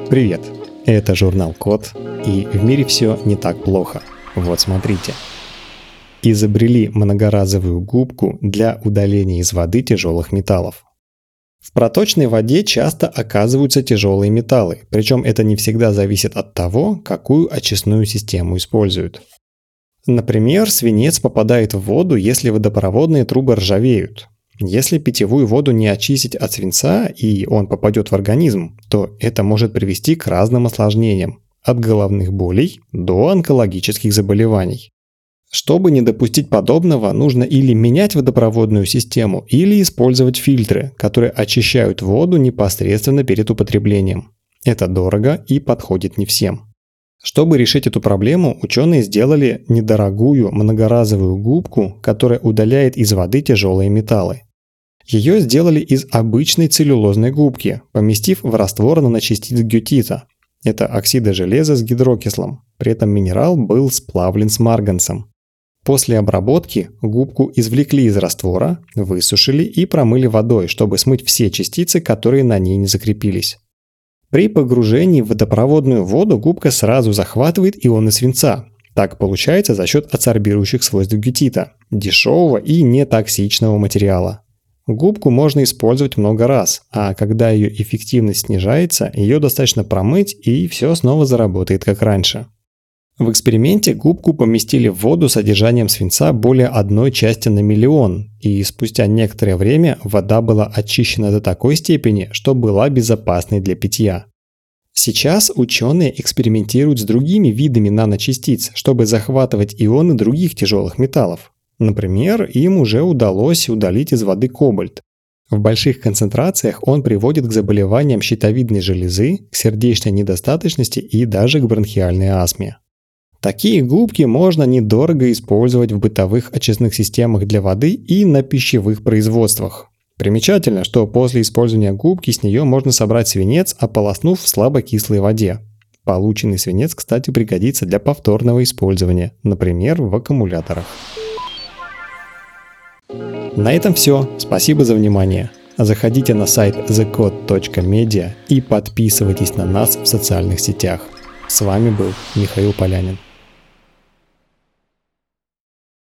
Привет! Это журнал Код, и в мире все не так плохо. Вот смотрите. Изобрели многоразовую губку для удаления из воды тяжелых металлов. В проточной воде часто оказываются тяжелые металлы, причем это не всегда зависит от того, какую очистную систему используют. Например, свинец попадает в воду, если водопроводные трубы ржавеют. Если питьевую воду не очистить от свинца и он попадет в организм, то это может привести к разным осложнениям, от головных болей до онкологических заболеваний. Чтобы не допустить подобного, нужно или менять водопроводную систему, или использовать фильтры, которые очищают воду непосредственно перед употреблением. Это дорого и подходит не всем. Чтобы решить эту проблему, ученые сделали недорогую многоразовую губку, которая удаляет из воды тяжелые металлы. Ее сделали из обычной целлюлозной губки, поместив в раствор наночастиц гютита. Это оксиды железа с гидрокислом. При этом минерал был сплавлен с марганцем. После обработки губку извлекли из раствора, высушили и промыли водой, чтобы смыть все частицы, которые на ней не закрепились. При погружении в водопроводную воду губка сразу захватывает ионы свинца. Так получается за счет адсорбирующих свойств гютита, дешевого и нетоксичного материала. Губку можно использовать много раз, а когда ее эффективность снижается, ее достаточно промыть и все снова заработает как раньше. В эксперименте губку поместили в воду с содержанием свинца более 1 части на миллион, и спустя некоторое время вода была очищена до такой степени, что была безопасной для питья. Сейчас ученые экспериментируют с другими видами наночастиц, чтобы захватывать ионы других тяжелых металлов. Например, им уже удалось удалить из воды кобальт. В больших концентрациях он приводит к заболеваниям щитовидной железы, к сердечной недостаточности и даже к бронхиальной астме. Такие губки можно недорого использовать в бытовых очистных системах для воды и на пищевых производствах. Примечательно, что после использования губки с нее можно собрать свинец, ополоснув в слабокислой воде. Полученный свинец, кстати, пригодится для повторного использования, например, в аккумуляторах. На этом все. Спасибо за внимание. Заходите на сайт thecode.media и подписывайтесь на нас в социальных сетях. С вами был Михаил Полянин.